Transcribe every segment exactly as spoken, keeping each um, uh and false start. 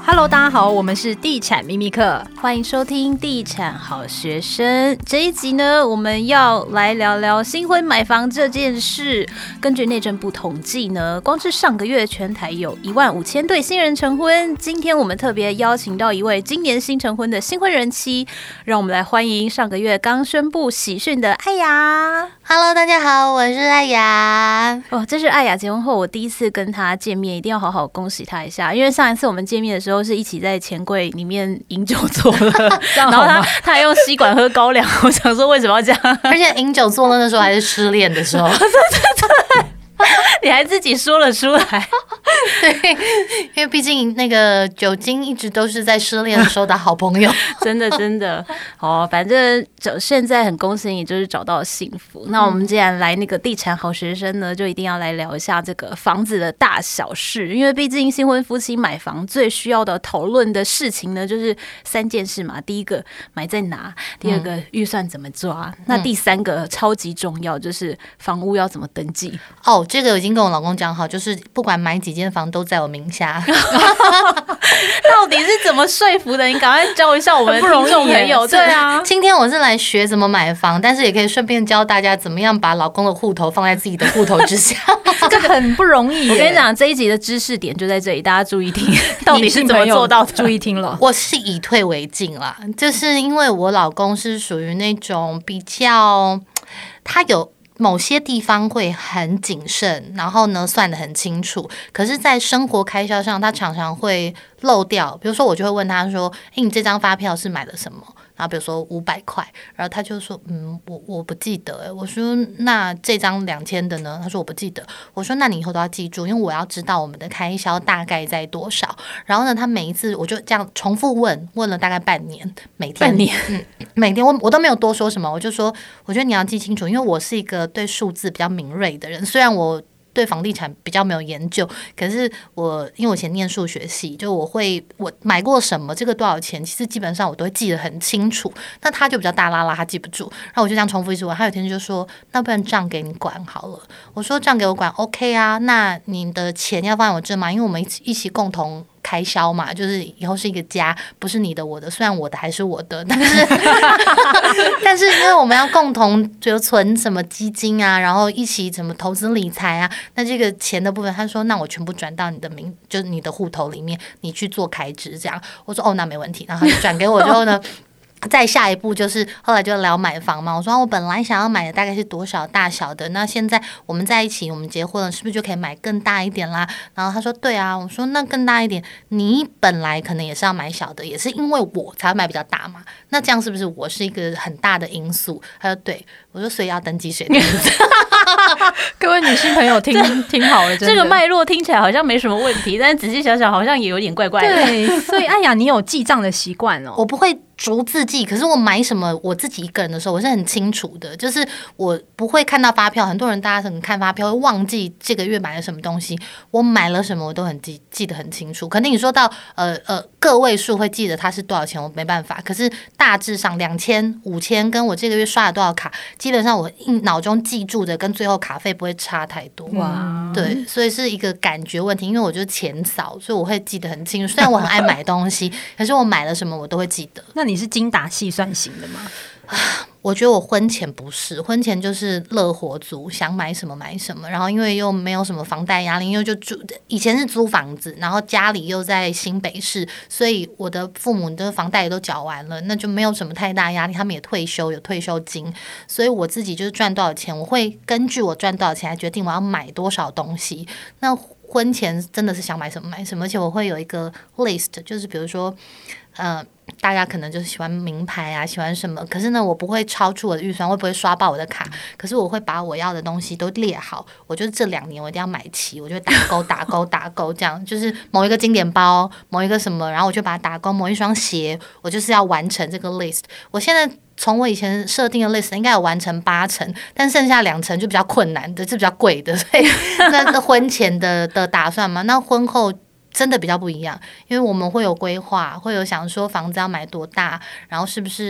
Hello， 大家好，我们是地产秘密课，欢迎收听地产好学生。这一集呢，我们要来聊聊新婚买房这件事。根据内政部统计呢，光是上个月全台有一万五千对新人成婚。今天我们特别邀请到一位今年新成婚的新婚人妻，让我们来欢迎上个月刚宣布喜讯的艾雅。 Hello， 大家好，我是艾雅。 哦，这是艾雅结婚后我第一次跟她见面，一定要好好恭喜她一下，因为上一次我们见面的时候是一起在钱柜里面饮酒作乐，然后他他还用吸管喝高粱，我想说为什么要这样？ 而且饮酒作乐的时候还是失恋的时候，对对对，你还自己说了出来。 对，因为毕竟那个酒精一直都是在失恋的时候的好朋友， 真的真的。哦，反正现在很恭喜你，就是找到幸福。那我们既然来那个地产好学生呢，就一定要来聊一下这个房子的大小事，因为毕竟新婚夫妻买房最需要的讨论的事情呢，就是三件事嘛。第一个买在哪，第二个预算怎么抓，嗯、那第三个超级重要就是房屋要怎么登记。 哦，这个我已经跟我老公讲好，就是不管买几间房都在我名下。 到底是怎么说服的？你赶快教一下我们的听众朋友。对啊， 今天我是来学怎么买房，但是也可以顺便教大家怎么样把老公的户头放在自己的户头之下。 这个很不容易。我跟你讲，这一集的知识点就在这里，大家注意听，到底是怎么做到的？ 注意听了。 我是以退为进啦，就是因为我老公是属于那种比较，他有某些地方会很谨慎，然后呢算得很清楚，可是在生活开销上他常常会漏掉。比如说我就会问他说，欸，你这张发票是买了什么？然后比如说五百块，然后他就说嗯我我不记得欸。我说那这张两千的呢？他说我不记得。我说那你以后都要记住，因为我要知道我们的开销大概在多少。然后呢他每一次我就这样重复问，问了大概半年，每天半年嗯每天我我都没有多说什么，我就说我觉得你要记清楚，因为我是一个对数字比较敏锐的人，虽然我对房地产比较没有研究，可是我因为我以前念数学系，就我会我买过什么，这个多少钱，其实基本上我都会记得很清楚。那他就比较大拉拉，他记不住，然后我就这样重复一直问。他有一天就说：“那不然账给你管好了。”我说：“账给我管 ，OK 啊？那你的钱要放在我这吗？因为我们一起一起共同开销嘛，就是以后是一个家，不是你的我的，虽然我的还是我的，但是但是因为我们要共同就存什么基金啊，然后一起怎么投资理财啊，那这个钱的部分，他说那我全部转到你的名，就是你的户头里面，你去做开支这样。我说哦，那没问题，然后他就转给我之后呢。再下一步就是后来就聊买房嘛，我说我本来想要买的大概是多少大小的，那现在我们在一起，我们结婚了，是不是就可以买更大一点啦？然后他说对啊，我说那更大一点，你本来可能也是要买小的，也是因为我才要买比较大嘛，那这样是不是我是一个很大的因素？他说对，我说所以要登记谁的名字？ 各位女性朋友听听好了， 这个脉络听起来好像没什么问题，但是仔细想想好像也有点怪怪的。 对，所以艾雅，你有记账的习惯哦？ 我不会逐字记，可是我买什么我自己一个人的时候我是很清楚的，就是我不会看到发票，很多人大家可能看发票会忘记这个月买了什么东西，我买了什么我都很记记得很清楚。可能你说到呃呃个位数会记得它是多少钱，我没办法，可是大致上两千五千跟我这个月刷了多少卡，基本上我脑中记住的跟最后卡费不会差太多。哇，对，所以是一个感觉问题，因为我就是钱少，所以我会记得很清楚。虽然我很爱买东西，可是我买了什么我都会记得。 那你是精打细算型的吗？ 我觉得我婚前不是，婚前就是乐活族，想买什么买什么，然后因为又没有什么房贷压力，因为就住以前是租房子，然后家里又在新北市，所以我的父母的房贷也都缴完了，那就没有什么太大压力，他们也退休有退休金，所以我自己就是赚多少钱，我会根据我赚多少钱来决定我要买多少东西。那婚前真的是想买什么买什么，而且我会有一个 list， 就是比如说呃大家可能就是喜欢名牌啊，喜欢什么，可是呢我不会超出我的预算，我不会刷爆我的卡，可是我会把我要的东西都列好，我就是这两年我一定要买齐，我就打勾打勾打勾，这样就是某一个经典包，某一个什么，然后我就把它打勾，某一双鞋，我就是要完成这个 list。 我现在从我以前设定的 list 应该有完成八成，但剩下两成就比较困难的，是比较贵的，所以那婚前的的打算嘛，那婚后真的比较不一样，因为我们会有规划，会有想说房子要买多大，然后是不是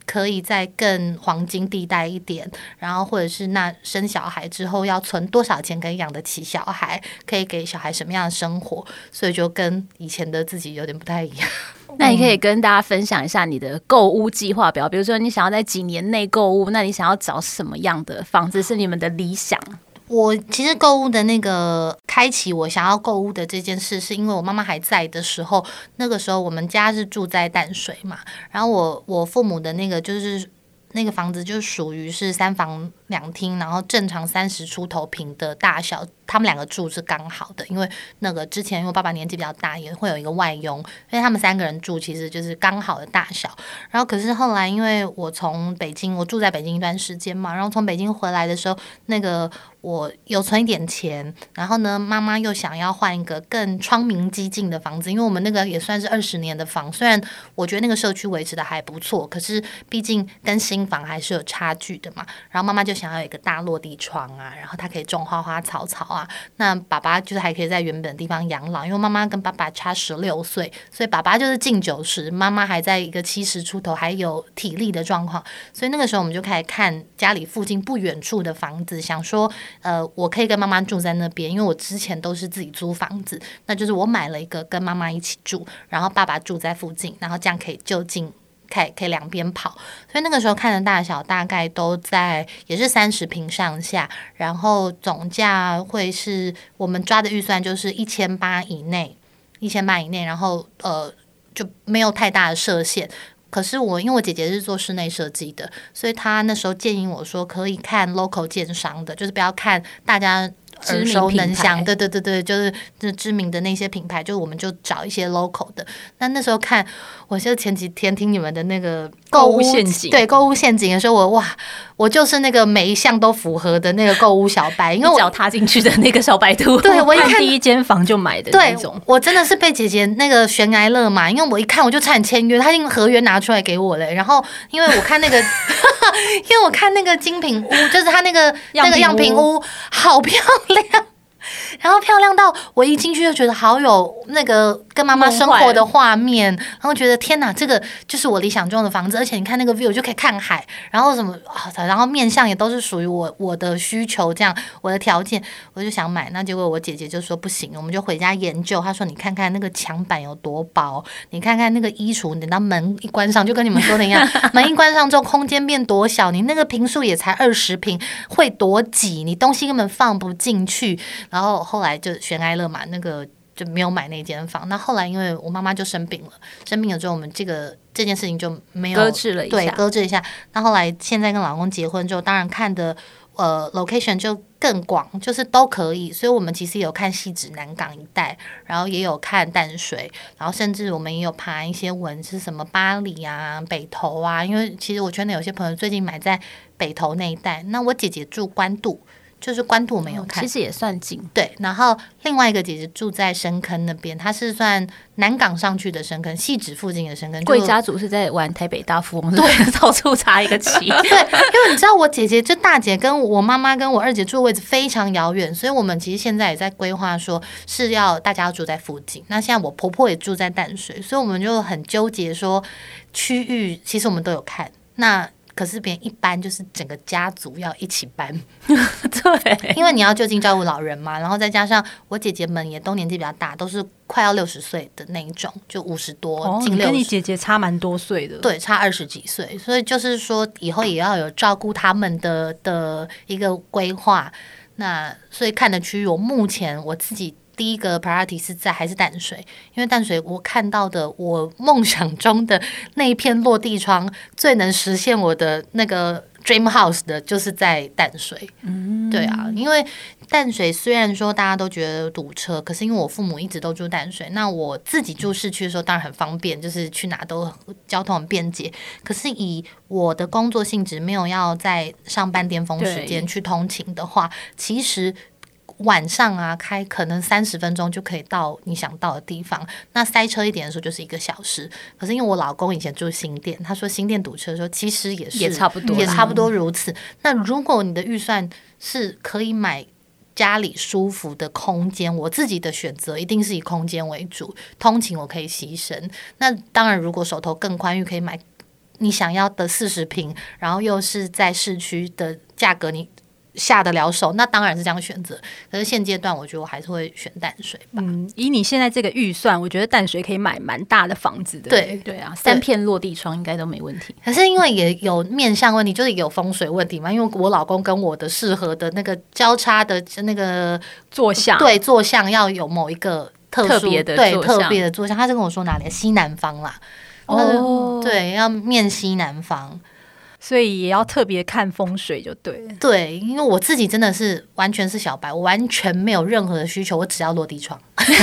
可以再更黄金地带一点，然后或者是那生小孩之后要存多少钱可以养得起小孩，可以给小孩什么样的生活，所以就跟以前的自己有点不太一样。 那你可以跟大家分享一下你的购物计划表，比如说你想要在几年内购物，那你想要找什么样的房子是你们的理想？ 我其实购物的那个开启我想要购物的这件事，是因为我妈妈还在的时候，那个时候我们家是住在淡水嘛，然后我我父母的那个就是那个房子就属于是三房两厅，然后正常三十出头平的大小，他们两个住是刚好的，因为那个之前因为我爸爸年纪比较大，也会有一个外佣，因为他们三个人住其实就是刚好的大小。然后可是后来因为我从北京，我住在北京一段时间嘛，然后从北京回来的时候，那个我有存一点钱，然后呢妈妈又想要换一个更窗明几净的房子，因为我们那个也算是二十年的房，虽然我觉得那个社区维持的还不错，可是毕竟跟新房还是有差距的嘛。然后妈妈就想要有一个大落地窗啊，然后它可以种花花草草啊，那爸爸就是还可以在原本的地方养老，因为妈妈跟爸爸差十六岁，所以爸爸就是近九十，妈妈还在一个七十出头，还有体力的状况，所以那个时候我们就开始看家里附近不远处的房子，想说呃，我可以跟妈妈住在那边，因为我之前都是自己租房子，那就是我买了一个跟妈妈一起住，然后爸爸住在附近，然后这样可以就近可以可以两边跑，所以那个时候看的大小大概都在也是三十平上下，然后总价会是我们抓的预算就是一千八以内，一千八以内，然后呃就没有太大的设限。可是我因为我姐姐是做室内设计的，所以她那时候建议我说可以看 local 建商的，就是不要看大家耳熟能详，对对对对，就是知名的那些品牌，就我们就找一些 local 的。那那时候看，我就前几天听你们的那个购物陷阱， 对购物陷阱的时候，我哇，我就是那个每一项都符合的那个购物小白，因为我脚踏进去的那个小白兔， 对我一看第一间房就买的那种， 对，我真的是被姐姐那个悬崖勒马，因为我一看我就差点签约，她已经合约拿出来给我了，然后因为我看那个，因为我看那个精品屋，就是他那个那个样品屋，好漂亮。然后漂亮到我一进去就觉得好有那个跟妈妈生活的画面，然后觉得天哪，这个就是我理想中的房子，而且你看那个 view 就可以看海，然后什么，然后面向也都是属于我我的需求，这样我的条件，我就想买。那结果我姐姐就说不行，我们就回家研究。她说你看看那个墙板有多薄，你看看那个衣橱，等到门一关上，就跟你们说的一样，门一关上之后空间变多小，你那个坪数也才二十坪，会多挤，你东西根本放不进去。然后后来就悬崖勒马，那个就没有买那间房。那后来因为我妈妈就生病了，生病了之后，我们这个这件事情就没有搁置了一下， 对，搁置一下。那后来现在跟老公结婚之后，当然看的呃 location 就更广，就是都可以。所以我们其实也有看汐止南港一带，然后也有看淡水，然后甚至我们也有爬一些文是什么八里啊、北投啊。因为其实我圈内有些朋友最近买在北投那一带，那我姐姐住关渡。就是关渡没有看、 哦，其实也算近。 对，然后另外一个姐姐住在深坑那边，她是算南港上去的深坑，汐止附近的深坑。 贵家族是在玩台北大富翁，对，到处插一个旗。 对，因为你知道我姐姐就大姐跟我妈妈跟我二姐住的位置非常遥远，所以我们其实现在也在规划说是要大家要住在附近。那现在我婆婆也住在淡水，所以我们就很纠结说区域，其实我们都有看。那可是别人一般就是整个家族要一起搬， 对， 因为你要就近照顾老人嘛，然后再加上我姐姐们也都年纪比较大，都是快要六十岁的那一种，就五十多， 哦， 近六十， 跟你姐姐差蛮多岁的， 对，差二十几岁，所以就是说以后也要有照顾他们的的一个规划。那所以看的区域，我目前我自己。第一个 priority 是在还是淡水，因为淡水我看到的我梦想中的那一片落地窗最能实现我的那个 dream house 的就是在淡水。嗯，对啊，因为淡水虽然说大家都觉得堵车，可是因为我父母一直都住淡水，那我自己住市区的时候当然很方便，就是去哪都交通很便捷。可是以我的工作性质没有要在上班巅峰时间去通勤的话，其实晚上啊开可能三十分钟就可以到你想到的地方，那塞车一点的时候就是一个小时。可是因为我老公以前住新店，他说新店堵车的时候其实也是也差不多也差不多如此。那如果你的预算是可以买家里舒服的空间，我自己的选择一定是以空间为主，通勤我可以牺牲。那当然如果手头更宽裕可以买你想要的四十平，然后又是在市区的价格，你下得了手，那当然是这样选择。可是现阶段，我觉得我还是会选淡水吧。 嗯，以你现在这个预算，我觉得淡水可以买蛮大的房子的。 对对啊，三片落地窗应该都没问题。 可是因为也有面向问题，就是有风水问题嘛。因为我老公跟我的适合的那个交叉的那个坐向， 对坐向要有某一个特殊特别的对坐向特别的坐向。他是跟我说哪里西南方啦。哦，对，要面西南方。 所以也要特别看风水就对了。 对，因为我自己真的是完全是小白，我完全没有任何的需求，我只要落地窗。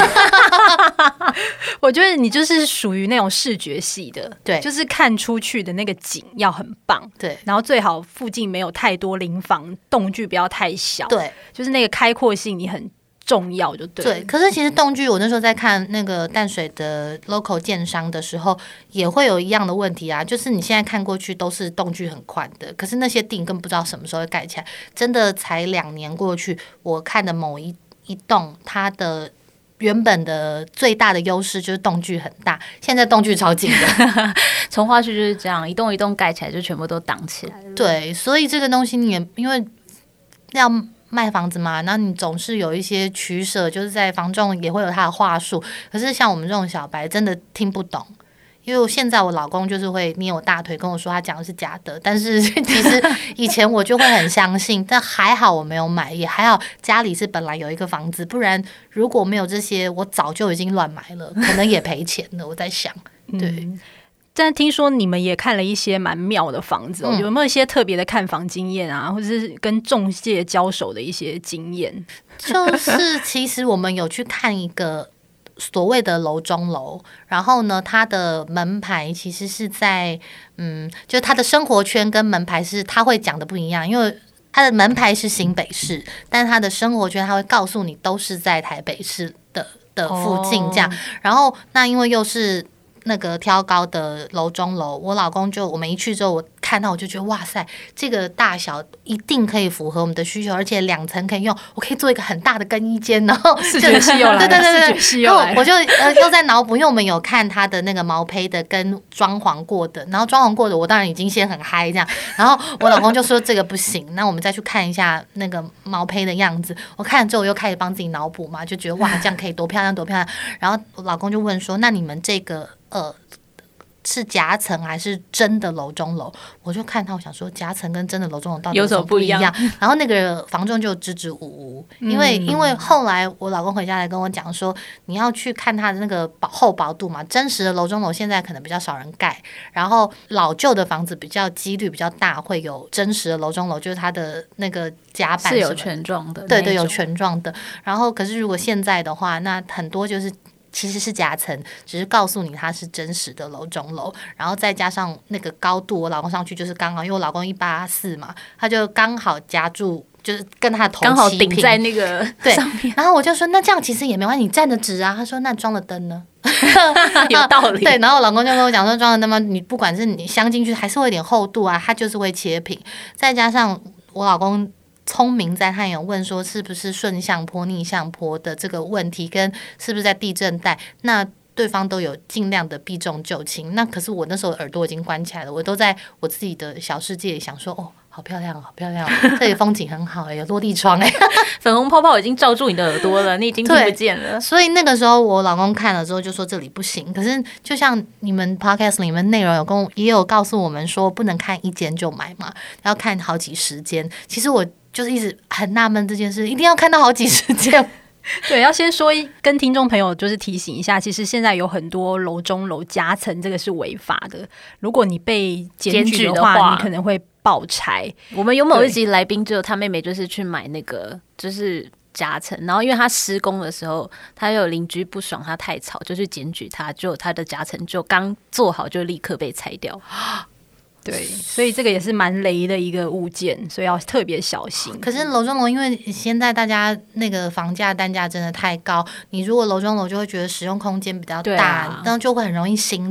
我觉得你就是属于那种视觉系的， 对， 就是看出去的那个景要很棒， 对， 然后最好附近没有太多邻房，动距不要太小， 对， 就是那个开阔性你很重要就对了。 对，可是其实动距，我那时候在看那个淡水的 local 建商的时候，也会有一样的问题啊，就是你现在看过去都是动距很宽的，可是那些地更不知道什么时候会盖起来。真的才两年过去，我看的某一一栋，它的原本的最大的优势就是动距很大，现在动距超紧的。 从化区就是这样，一栋一栋盖起来就全部都挡起来了。 对，所以这个东西你也因为要卖房子嘛，那你总是有一些取舍，就是在房仲也会有他的话术。可是像我们这种小白，真的听不懂。因为现在我老公就是会捏我大腿跟我说他讲的是假的，但是其实以前我就会很相信，但还好我没有买，也还好家里是本来有一个房子，不然如果没有这些，我早就已经乱买了，可能也赔钱了。我在想，对。 嗯，但听说你们也看了一些蛮妙的房子、哦嗯、有没有一些特别的看房经验啊，或者是跟仲介交手的一些经验？ 就是其实我们有去看一个所谓的楼中楼，然后呢，它的门牌其实是在嗯，就它的生活圈跟门牌是他会讲的不一样，因为它的门牌是新北市，但它的生活圈他会告诉你都是在台北市的的附近这样。哦、然后那因为又是那个挑高的楼中楼，我老公就我们一去之后，我看到我就觉得哇塞，这个大小一定可以符合我们的需求，而且两层可以用，我可以做一个很大的更衣间，然后视觉系又来了， 对对对对， 视觉系又来了， 我就呃又在脑补，因为我们有看他的那个毛坯的跟装潢过的，然后装潢过的我当然已经先很嗨这样，然后我老公就说这个不行，那我们再去看一下那个毛坯的样子，我看了之后我又开始帮自己脑补嘛，就觉得哇这样可以多漂亮多漂亮，然后我老公就问说，那你们这个呃。是夹层还是真的楼中楼？我就看他，我想说夹层跟真的楼中楼到底有什么不一样？然后那个房仲就支支吾吾，因为、嗯、因为后来我老公回家来跟我讲说，你要去看他的那个厚薄度嘛。真实的楼中楼现在可能比较少人盖，然后老旧的房子比较几率比较大会有真实的楼中楼，就是它的那个甲板是有权状的， 对对，有权状的。然后可是如果现在的话，那很多就是。其实是夹层，只是告诉你它是真实的楼中楼，然后再加上那个高度，我老公上去就是刚好，因为我老公一八四嘛，他就刚好夹住，就是跟他的头刚好顶在那个上面。 对，然后我就说那这样其实也没关系，你站得直啊。他说那装了灯呢？ 有道理。 对，然后我老公就跟我讲说，装了灯嘛，你不管是你镶进去还是会有点厚度啊，它就是会切平。再加上我老公。聪明在他有问说是不是顺向坡逆向坡的这个问题，跟是不是在地震带，那对方都有尽量的避重就轻。那可是我那时候耳朵已经关起来了，我都在我自己的小世界里想说，哦，好漂亮，好漂亮，这里风景很好哎、欸，有落地窗哎、欸， 粉红泡泡已经罩住你的耳朵了，你已经听不见了。 所以那个时候我老公看了之后就说这里不行。可是就像你们 podcast 里面内容有跟我也有告诉我们说，不能看一间就买嘛，要看好几十间。其实我。就是一直很纳闷这件事，一定要看到好几十间。 对，要先说跟听众朋友就是提醒一下，其实现在有很多楼中楼夹层，这个是违法的。如果你被检举的话，的话你可能会爆拆。 我们有某一集来宾就他妹妹就是去买那个就是夹层，然后因为他施工的时候，他有邻居不爽他太吵，就去检举他，就他的夹层就刚做好就立刻被拆掉。 对，所以这个也是蛮雷的一个物件，所以要特别小心。 可是楼中楼，因为现在大家那个房价单价真的太高，你如果楼中楼就会觉得使用空间比较大，然后、啊、就会很容易心动。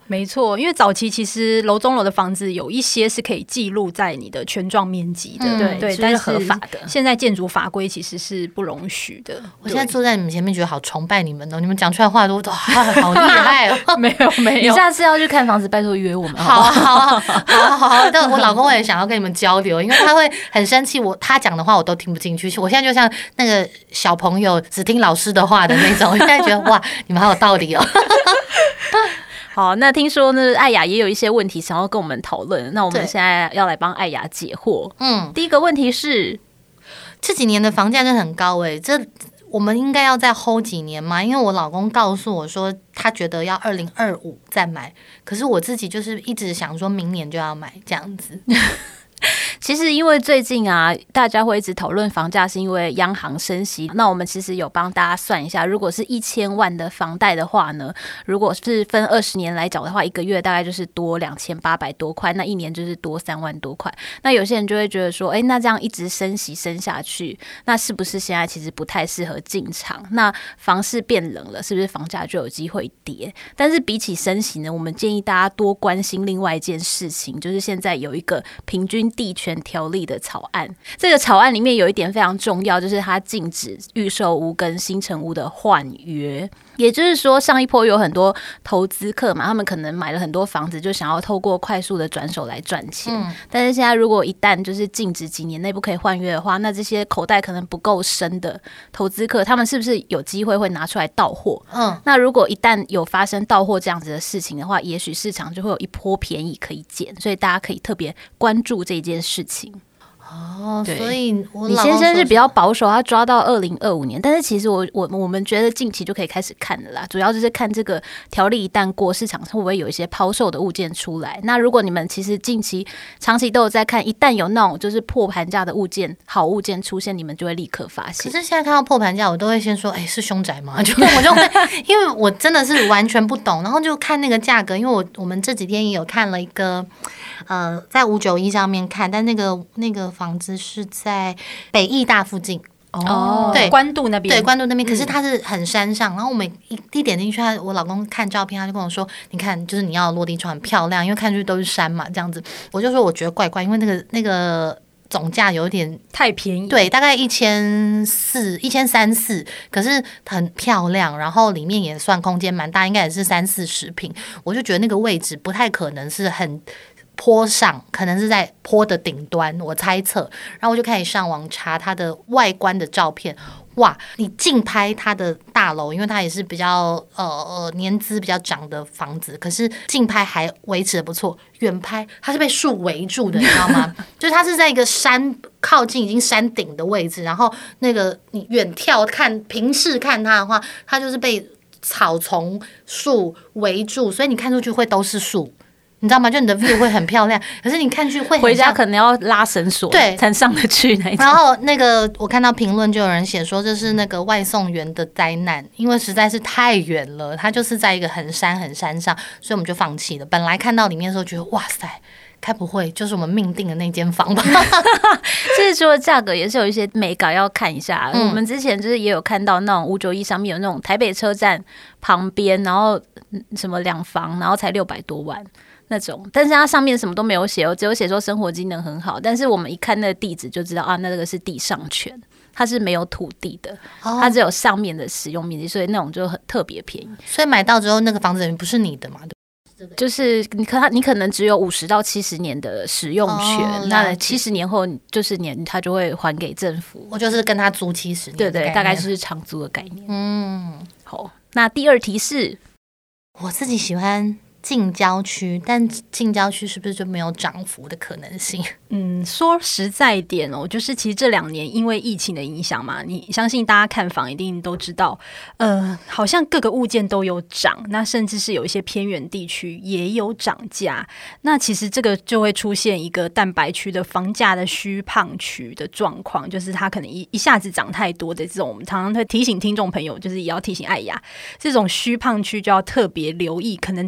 没错，因为早期其实楼中楼的房子有一些是可以记录在你的权状面积的， 嗯、 对， 但是合法的。 现在建筑法规其实是不容许的。 我现在坐在你们前面，觉得好崇拜你们哦！你们讲出来话都哇，好厉害哦！ 没有没有， 你下次要去看房子，拜托约我们好好好好好好。但我老公也想要跟你们交流，因为他会很生气，我他讲的话我都听不进去。我现在就像那个小朋友只听老师的话的那种，我现在觉得哇，你们好有道理哦。 好，那听说呢，艾雅也有一些问题想要跟我们讨论，那我们现在要来帮艾雅解惑。嗯，第一个问题是， 这几年的房价真的很高哎、欸，这我们应该要再 hold 几年吗？因为我老公告诉我说，他觉得要二零二五再买，可是我自己就是一直想说明年就要买这样子。 其实因为最近啊，大家会一直讨论房价，是因为央行升息。那我们其实有帮大家算一下，如果是一千万的房贷的话呢，如果是分二十年来缴的话，一个月大概就是多两千八百多块，那一年就是多三万多块。那有些人就会觉得说，哎、欸，那这样一直升息升下去，那是不是现在其实不太适合进场？那房市变冷了，是不是房价就有机会跌？但是比起升息呢，我们建议大家多关心另外一件事情，就是现在有一个平均地权条例的草案，这个草案里面有一点非常重要，就是它禁止预售屋跟新成屋的换约。也就是说，上一波有很多投资客嘛，他们可能买了很多房子，就想要透过快速的转手来赚钱。嗯、但是现在如果一旦就是禁止几年内不可以换约的话，那这些口袋可能不够深的投资客，他们是不是有机会会拿出来到货？嗯，那如果一旦有发生到货这样子的事情的话，也许市场就会有一波便宜可以捡，所以大家可以特别关注这件事情。 哦，所以我李先生是比较保守，他抓到二零二五年，但是其实我我我们觉得近期就可以开始看了啦，主要就是看这个条例一旦过，市场会不会有一些抛售的物件出来。那如果你们其实近期长期都有在看，一旦有那种就是破盘价的物件、好物件出现，你们就会立刻发现。 可是现在看到破盘价，我都会先说，哎、欸，是凶宅吗？就我就会，因为我真的是完全不懂，然后就看那个价格，因为我我们这几天也有看了一个。呃，在五九一上面看，但那个那个房子是在北艺大附近哦， 对， 关渡那边， 对，关渡那边。可是它是很山上，嗯、然后我们一一点进去，他我老公看照片，他就跟我说：“你看，就是你要的落地窗很漂亮，因为看出去都是山嘛，这样子。”我就说我觉得怪怪，因为那个那个总价有点太便宜， 对，大概一千四、一千三四，可是很漂亮，然后里面也算空间蛮大，应该也是三四十平。我就觉得那个位置不太可能是很。坡上可能是在坡的顶端，我猜测，然后我就开始上网查它的外观的照片。哇，你近拍它的大楼，因为它也是比较呃呃年资比较长的房子，可是近拍还维持的不错，远拍它是被树围住的，你知道吗？就是它是在一个山靠近已经山顶的位置，然后那个你远眺看平视看它的话，它就是被草丛树围住，所以你看出去会都是树。你知道吗？就你的 view 会很漂亮，可是你看去会很回家可能要拉绳索，对，才上得去那一种。 然后那个我看到评论就有人写说这是那个外送员的灾难，因为实在是太远了，它就是在一个很山很山上，所以我们就放弃了。本来看到里面的时候觉得哇塞，该不会就是我们命定的那间房吧？ 其实除了价格，也是有一些美感要看一下。嗯、我们之前就是也有看到那种五九一上面有那种台北车站旁边，然后什么两房，然后才六百多万。那种，但是它上面什么都没有写哦，只有写说生活机能很好。但是我们一看那个地址就知道啊，那这个是地上权，它是没有土地的，哦、它只有上面的使用面积，所以那种就很特别便宜。 所以买到之后，那个房子不是你的嘛？对， 就是你可你可能只有五十到七十年的使用权，哦、那七十年后就是年它就会还给政府。 我就是跟他租七十年， 对对，大概就是长租的概念。嗯，好，那第二题是， 我自己喜欢。近郊区，但近郊区是不是就没有涨幅的可能性？ 嗯，说实在点哦，就是其实这两年因为疫情的影响嘛，你相信大家看房一定都知道，呃，好像各个物件都有涨，那甚至是有一些偏远地区也有涨价。那其实这个就会出现一个蛋白区的房价的虚胖区的状况，就是它可能一一下子涨太多的这种，我们常常会提醒听众朋友，就是也要提醒艾雅，这种虚胖区就要特别留意，可能在这一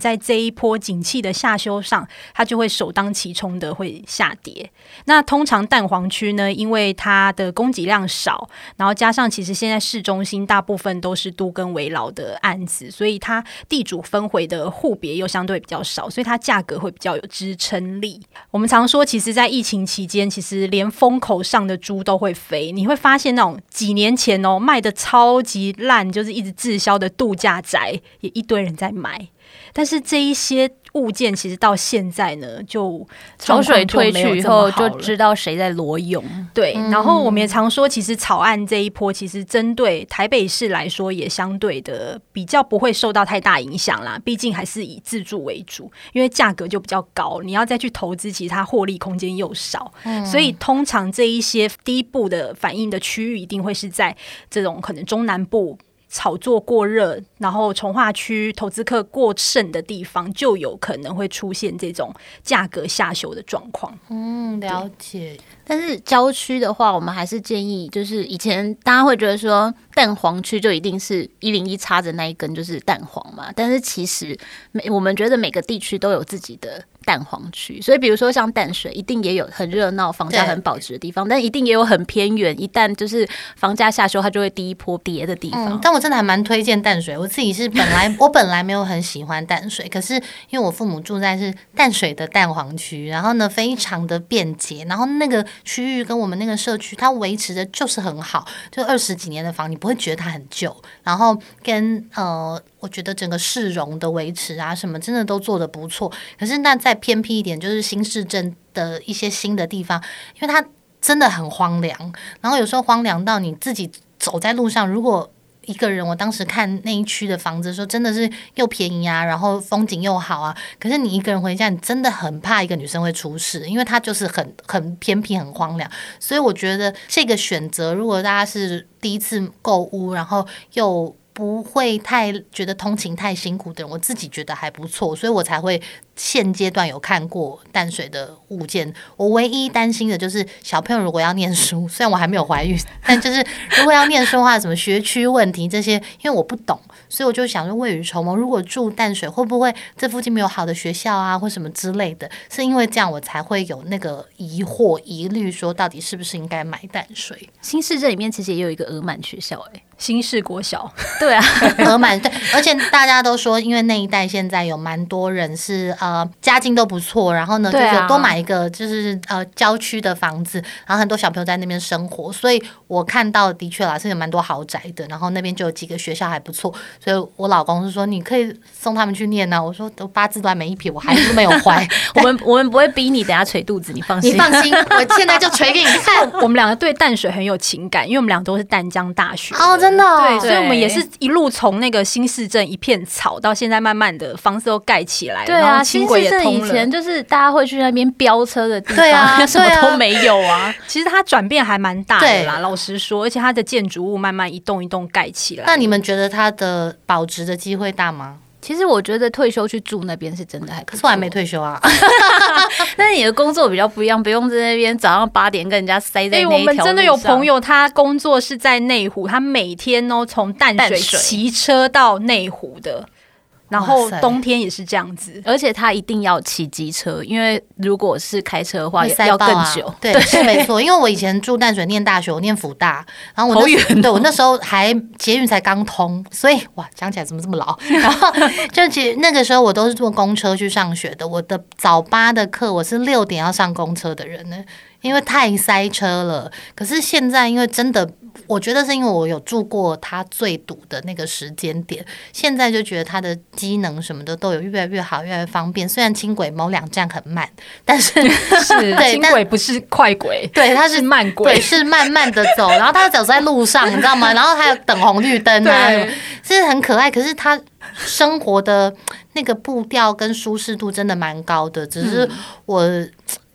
一波景气的下修上，它就会首当其冲的会下跌。那通常蛋黄区呢，因为它的供给量少，然后加上其实现在市中心大部分都是都更危老的案子，所以它地主分回的户别又相对比较少，所以它价格会比较有支撑力。我们常说，其实在疫情期间，其实连风口上的猪都会飞。你会发现那种几年前哦卖的超级烂，就是一直滞销的度假宅，也一堆人在买。但是这一些物件其实到现在呢，就潮水退去以后，就知道道谁在裸泳。 对，然后我们也常说，其实草案这一波，其实针对台北市来说，也相对的比较不会受到太大影响啦。毕竟还是以自住为主，因为价格就比较高，你要再去投资，其实它获利空间又少，嗯、所以通常这一些第一步的反应的区域，一定会是在这种可能中南部。炒作过热，然后重划区投资客过剩的地方，就有可能会出现这种价格下修的状况。 嗯，了解。 但是郊区的话，我们还是建议，就是以前大家会觉得说蛋黄区就一定是一零一插着那一根就是蛋黄嘛，但是其实每我们觉得每个地区都有自己的蛋黄区，所以比如说像淡水，一定也有很热闹、房价很保值的地方，但一定也有很偏远，一旦就是房价下修，它就会第一波跌的地方。 嗯、但我真的还蛮推荐淡水，我自己是本来我本来没有很喜欢淡水，可是因为我父母住在是淡水的蛋黄区，然后呢非常的便捷，然后那个区域跟我们那个社区，它维持的就是很好，就二十几年的房，你不会觉得它很旧，然后跟呃。我觉得整个市容的维持啊，什么真的都做得不错。可是那再偏僻一点，就是新市镇的一些新的地方，因为它真的很荒凉。然后有时候荒凉到你自己走在路上，如果一个人，我当时看那一区的房子的时候，真的是又便宜啊，然后风景又好啊。可是你一个人回家，你真的很怕一个女生会出事，因为它就是很很偏僻、很荒凉。所以我觉得这个选择，如果大家是第一次购屋，然后又不会太觉得通勤太辛苦的人，我自己觉得还不错，所以我才会现阶段有看过淡水的物件。我唯一担心的就是小朋友如果要念书，虽然我还没有怀孕，但就是如果要念书的话，什么学区问题这些，因为我不懂，所以我就想说未雨绸缪，如果住淡水会不会这附近没有好的学校啊或什么之类的，是因为这样我才会有那个疑惑疑虑，说到底是不是应该买淡水。 新市镇里面其实也有一个俄满学校、欸、 新市国小。 对啊， 俄满对，而且大家都说，因为那一带现在有蛮多人是呃家境都不错，然后呢就有多买一个就是呃郊区的房子，然后很多小朋友在那边生活，所以我看到的确啦是有蛮多豪宅的，然后那边就有几个学校还不错，所以我老公是说你可以送他们去念啊，我说都八字都还没一撇，我孩子都没有怀， 我们我们不会逼你等下捶肚子，你放心， 你放心，我现在就捶给你看。 我们两个对淡水很有情感，因为我们俩都是淡江大学哦，真的、哦、 对，所以我们也是一路从那个新市镇一片草，到现在慢慢的房子都盖起来， 对啊， 轻轨也通了。 新市镇以前就是大家会去那边飙车的地方， 对啊， 什么都没有啊。 其实它转变还蛮大的啦，老实说，而且它的建筑物慢慢一栋一栋盖起来。 那你们觉得它的保值的机会大吗？ 其实我觉得退休去住那边是真的还不错， 可是我还没退休啊。 但是你的工作比较不一样，不用在那边早上八点跟人家塞在那一条路上。 我们真的有朋友，他工作是在内湖，他每天哦从淡水骑车到内湖的。然后冬天也是这样子， 而且他一定要骑机车，因为如果是开车的话要更久。 对，对是没错。因为我以前住淡水念大学，我念辅大，然后我那、哦、对我那时候还捷运才刚通，所以哇，讲起来怎么这么老？然后就其实那个时候我都是坐公车去上学的，我的早八的课我是六点要上公车的人呢，因为太塞车了。可是现在因为真的。我觉得是因为我有住过它最堵的那个时间点，现在就觉得它的机能什么的都有越来越好，越来越方便。虽然轻轨某两站很慢，但是是轻轨不是快轨， 对，它是慢轨， 对，是慢慢的走。然后它走在路上，你知道吗？然后还有等红绿灯啊，是很可爱。可是它生活的那个步调跟舒适度真的蛮高的，只是我。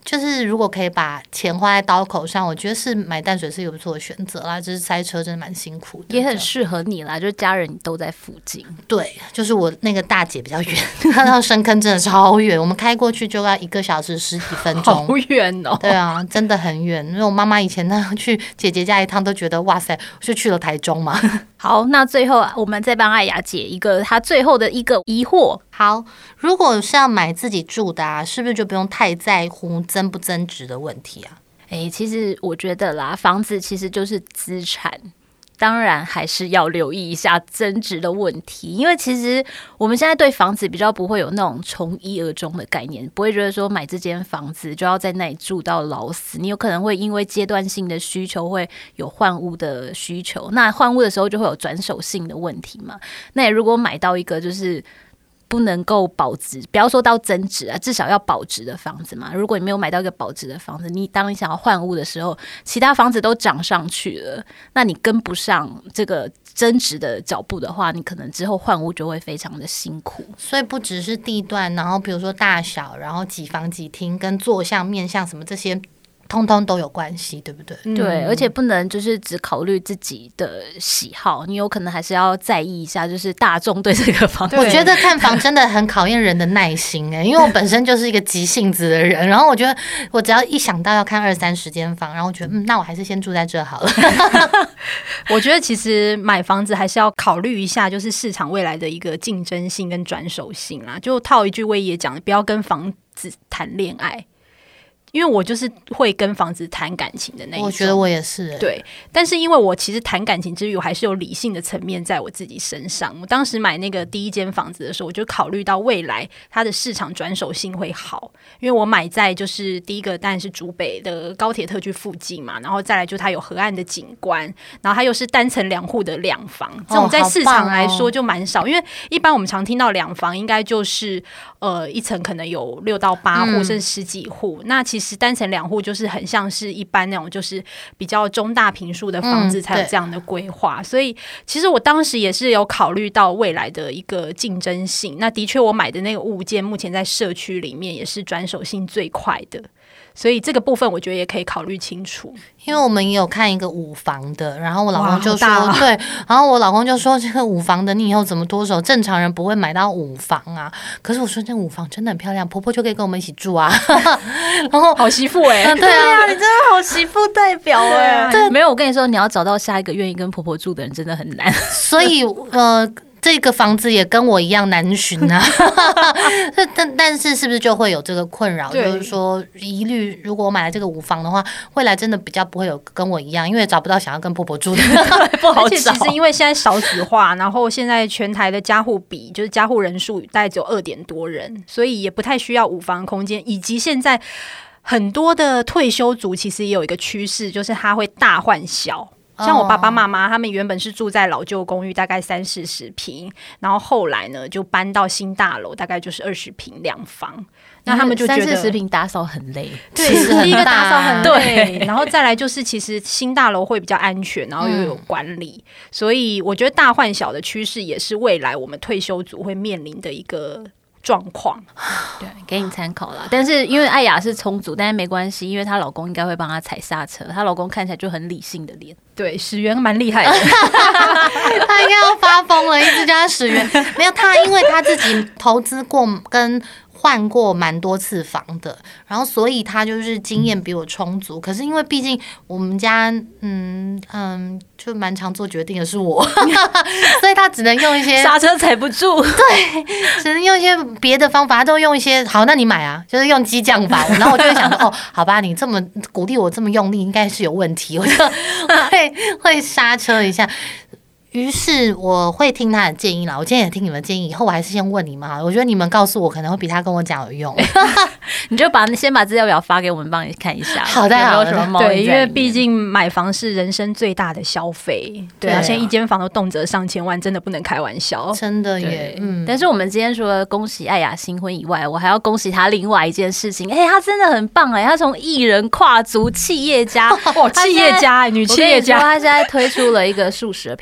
就是如果可以把钱花在刀口上，我觉得是买淡水是一个不错的选择啦。就是塞车真的蛮辛苦的， 也很适合你啦，就是家人都在附近。 对，就是我那个大姐比较远，她到深坑真的超远，我们开过去就要一个小时十几分钟， 好远哦。 对啊，真的很远。因为我妈妈以前呢去姐姐家一趟都觉得哇塞，是去了台中嘛。 好，那最后我们再帮艾雅解一个她最后的一个疑惑。 好，如果是要买自己住的啊，是不是就不用太在乎增不增值的问题啊？ 哎，其实我觉得啦，房子其实就是资产。当然还是要留意一下增值的问题，因为其实我们现在对房子比较不会有那种从一而终的概念，不会觉得说买这间房子就要在那里住到老死，你有可能会因为阶段性的需求会有换屋的需求，那换屋的时候就会有转手性的问题嘛。那你如果买到一个就是不能够保值，不要说到增值啊，至少要保值的房子嘛。如果你没有买到一个保值的房子，你当你想要换屋的时候，其他房子都涨上去了，那你跟不上这个增值的脚步的话，你可能之后换屋就会非常的辛苦。 所以不只是地段，然后比如说大小，然后几房几厅，跟坐向、面向什么这些。通通都有关系，对不对？ 对，而且不能就是只考虑自己的喜好，你有可能还是要在意一下，就是大众对这个房子。 我觉得看房真的很考验人的耐心哎、欸，因为我本身就是一个急性子的人，然后我觉得我只要一想到要看二三十间房，然后我觉得嗯，那我还是先住在这好了。 我觉得其实买房子还是要考虑一下，就是市场未来的一个竞争性跟转手性啦。就套一句威爷讲的，不要跟房子谈恋爱。因为我就是会跟房子谈感情的那一种， 我觉得我也是、欸。 对，但是因为我其实谈感情之余，我还是有理性的层面在我自己身上。我当时买那个第一间房子的时候，我就考虑到未来它的市场转手性会好，因为我买在就是第一个当然是竹北的高铁特区附近嘛，然后再来就它有河岸的景观，然后它又是单层两户的两房，这种在市场来说就蛮少，哦哦、因为一般我们常听到两房应该就是呃一层可能有六到八户、嗯、甚至十几户，那其实。其实单层两户就是很像是一般那种就是比较中大坪数的房子才有这样的规划、嗯、所以其实我当时也是有考虑到未来的一个竞争性，那的确我买的那个物件目前在社区里面也是转手性最快的，所以这个部分我觉得也可以考虑清楚。 因为我们也有看一个五房的，然后我老公就说、啊、对，然后我老公就说这个五房的你以后怎么脱手，正常人不会买到五房啊。可是我说这五房真的很漂亮，婆婆就可以跟我们一起住啊。然后好媳妇哎、欸， 对啊， 你真的好媳妇代表哎、欸。对，没有，我跟你说，你要找到下一个愿意跟婆婆住的人真的很难。 所以呃。这个房子也跟我一样难寻啊，但但是是不是就会有这个困扰？就是说疑虑，如果我买了这个五房的话，未来真的比较不会有跟我一样，因为找不到想要跟婆婆住的， 不好找。而且其实因为现在少子化，然后现在全台的家户比就是家户人数大概只有二点多人，所以也不太需要五房空间，以及现在很多的退休族其实也有一个趋势，就是他会大换小。像我爸爸妈妈他们原本是住在老旧公寓，大概三四十平，然后后来呢就搬到新大楼，大概就是二十平两房。那他们就觉得三四十平打扫很累， 对，第一个打扫很累，然后再来就是其实新大楼会比较安全，然后又有管理，嗯、所以我觉得大换小的趋势也是未来我们退休族会面临的一个状况。 对，给你参考啦。但是因为艾雅是充足，但是没关系，因为她老公应该会帮她踩刹车。她老公看起来就很理性的脸。 对，史源蛮厉害的， 他应该要发疯了，一直叫他史源。没有他，因为他自己投资过跟换过蛮多次房的，然后所以他就是经验比我充足。可是因为毕竟我们家嗯嗯就蛮常做决定的是我，所以他只能用一些刹车踩不住， 对，只能用一些别的方法，他都用一些好，那你买啊，就是用激将法。然后我就会想说，哦，好吧，你这么鼓励我这么用力，应该是有问题，我就会会刹车一下。于是我会听他的建议啦，我今天也听你们的建议，以后我还是先问你们好，我觉得你们告诉我可能会比他跟我讲有用。 你就把先把资料表发给我们，帮你看一下。 好的，好的。 对，因为毕竟买房是人生最大的消费，对啊，现在一间房都动辄上千万，真的不能开玩笑， 真的耶。嗯。 但是我们今天除了恭喜艾雅新婚以外，我还要恭喜她另外一件事情。哎、欸，她真的很棒哎、欸，她从艺人跨足企业家， 哇，企业家，女企业家， 她现在推出了一个素食的品牌，而且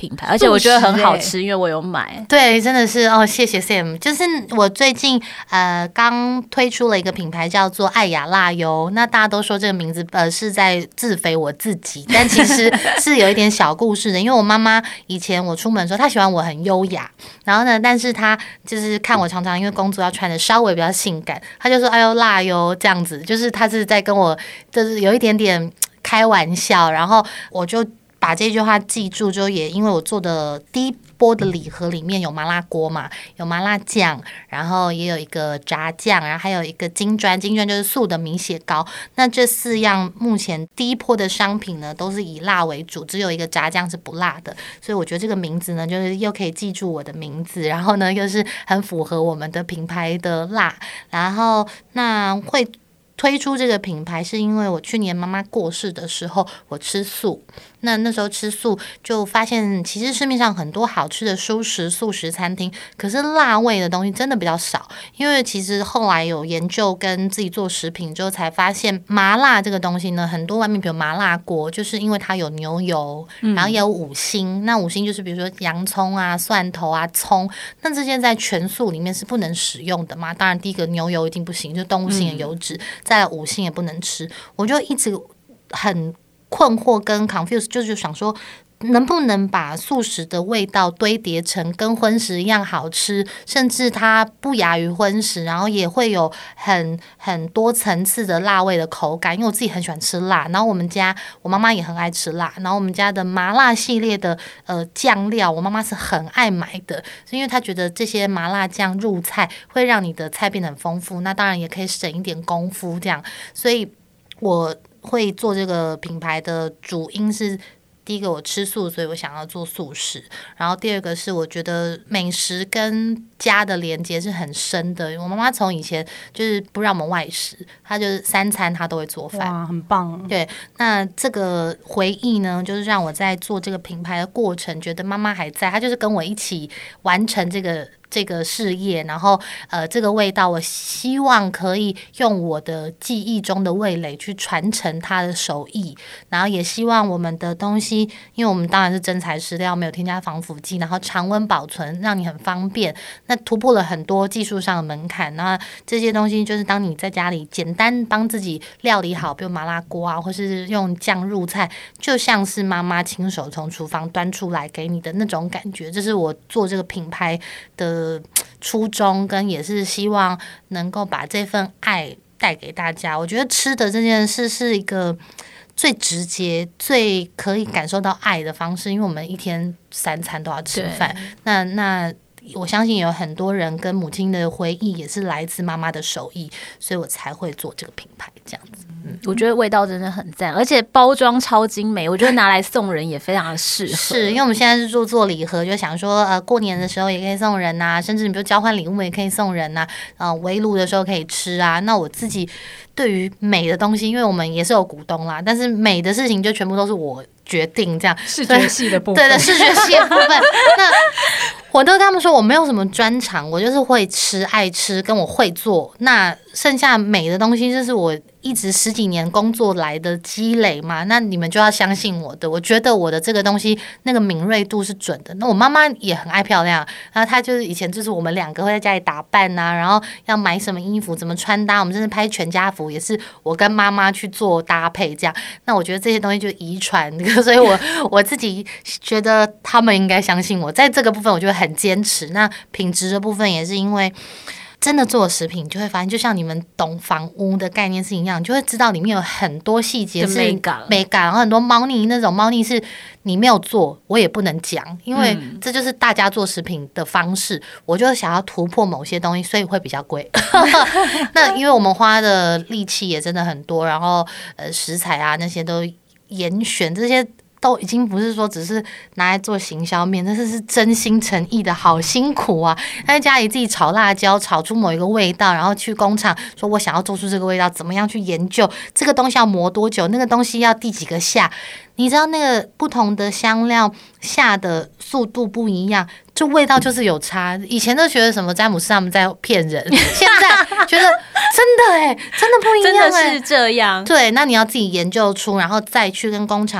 且我觉得很好吃，因为我有买。 对，真的是哦，谢谢 Sam。就是我最近呃刚推出了一个品牌叫做爱雅辣油，那大家都说这个名字呃是在自肥我自己，但其实是有一点小故事的。因为我妈妈以前我出门的时候，她喜欢我很优雅，然后呢，但是她就是看我常常因为工作要穿的稍微比较性感，她就说哎呦辣油这样子，就是她是在跟我就是有一点点开玩笑，然后我就把这句话记住，就也因为我做的第一波的礼盒里面有麻辣锅嘛，有麻辣酱，然后也有一个炸酱，然后还有一个金砖，金砖就是素的米血糕。那这四样目前第一波的商品呢，都是以辣为主，只有一个炸酱是不辣的，所以我觉得这个名字呢，就是又可以记住我的名字，然后呢又是很符合我们的品牌的辣，然后那会推出这个品牌是因为我去年妈妈过世的时候我吃素，那那时候吃素就发现其实市面上很多好吃的蔬食素食餐厅，可是辣味的东西真的比较少。因为其实后来有研究跟自己做食品之后才发现，麻辣这个东西呢，很多外面比如麻辣锅就是因为它有牛油，然后也有五辛、嗯、那五辛就是比如说洋葱啊蒜头啊葱，那这些在全素里面是不能使用的嘛。当然第一个牛油一定不行，就动物性的油脂、嗯再来五辛也不能吃，我就一直很困惑跟 confuse， 就是想说能不能把素食的味道堆叠成跟荤食一样好吃，甚至它不亚于荤食，然后也会有很很多层次的辣味的口感。因为我自己很喜欢吃辣，然后我们家我妈妈也很爱吃辣，然后我们家的麻辣系列的呃酱料，我妈妈是很爱买的，因为她觉得这些麻辣酱入菜会让你的菜变得很丰富，那当然也可以省一点功夫这样，所以我会做这个品牌的主因是第一个我吃素，所以我想要做素食，然后第二个是我觉得美食跟家的连接是很深的。我妈妈从以前就是不让我们外食，她就是三餐她都会做饭， 哇，很棒。 对，那这个回忆呢，就是让我在做这个品牌的过程，觉得妈妈还在，她就是跟我一起完成这个这个事业，然后呃，这个味道我希望可以用我的记忆中的味蕾去传承她的手艺，然后也希望我们的东西，因为我们当然是真材实料，没有添加防腐剂，然后常温保存，让你很方便，那突破了很多技术上的门槛。那这些东西就是当你在家里简单帮自己料理好，比如麻辣锅啊，或是用酱入菜，就像是妈妈亲手从厨房端出来给你的那种感觉。这是我做这个品牌的初衷，跟也是希望能够把这份爱带给大家。我觉得吃的这件事是一个最直接最可以感受到爱的方式，因为我们一天三餐都要吃饭，那那我相信有很多人跟母亲的回忆也是来自妈妈的手艺，所以我才会做这个品牌这样子。 嗯、我觉得味道真的很赞，而且包装超精美，我觉得拿来送人也非常的适合。 是因为我们现在是做做礼盒，就想说呃过年的时候也可以送人啊，甚至你比如交换礼物也可以送人啊，呃围炉的时候可以吃啊。那我自己对于美的东西，因为我们也是有股东啦，但是美的事情就全部都是我决定这样， 视觉系的部分， 对的，视觉系的部分。那我都跟他们说我没有什么专长，我就是会吃、爱吃，跟我会做。那剩下美的东西，就是我一直十几年工作来的积累嘛。那你们就要相信我的，我觉得我的这个东西那个敏锐度是准的。那我妈妈也很爱漂亮，然后她就是以前就是我们两个会在家里打扮啊，然后要买什么衣服、怎么穿搭，我们甚至拍全家福也是我跟妈妈去做搭配这样。那我觉得这些东西就遗传，所以我我自己觉得他们应该相信我，在这个部分我就会很坚持。那品质的部分也是因为真的做食品，就会发现就像你们懂房屋的概念是一样，就会知道里面有很多细节是美感，美感，然后很多猫腻，那种猫腻是你没有做我也不能讲，因为这就是大家做食品的方式。我就想要突破某些东西，所以会比较贵。那因为我们花的力气也真的很多，然后呃食材啊那些都严选，这些都已经不是说只是拿来做行销面，但是是真心诚意的，好辛苦啊！在家里自己炒辣椒，炒出某一个味道，然后去工厂说我想要做出这个味道，怎么样去研究这个东西要磨多久，那个东西要第几个下，你知道那个不同的香料下的速度不一样，就味道就是有差。以前都觉得什么詹姆斯他们在骗人，现在觉得真的哎、欸，真的不一样、欸， 真的是这样。 对，那你要自己研究出，然后再去跟工厂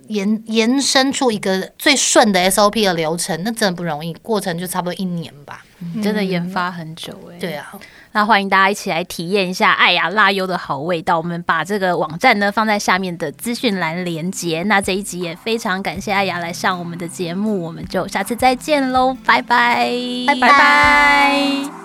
延延伸出一个最顺的 S O P 的流程，那真的不容易，过程就差不多一年吧。 嗯、真的研发很久哎、欸。 对啊。 那欢迎大家一起来体验一下爱雅辣优的好味道。我们把这个网站呢放在下面的资讯栏连结。那这一集也非常感谢爱雅来上我们的节目，我们就下次再见喽，拜拜， 拜拜。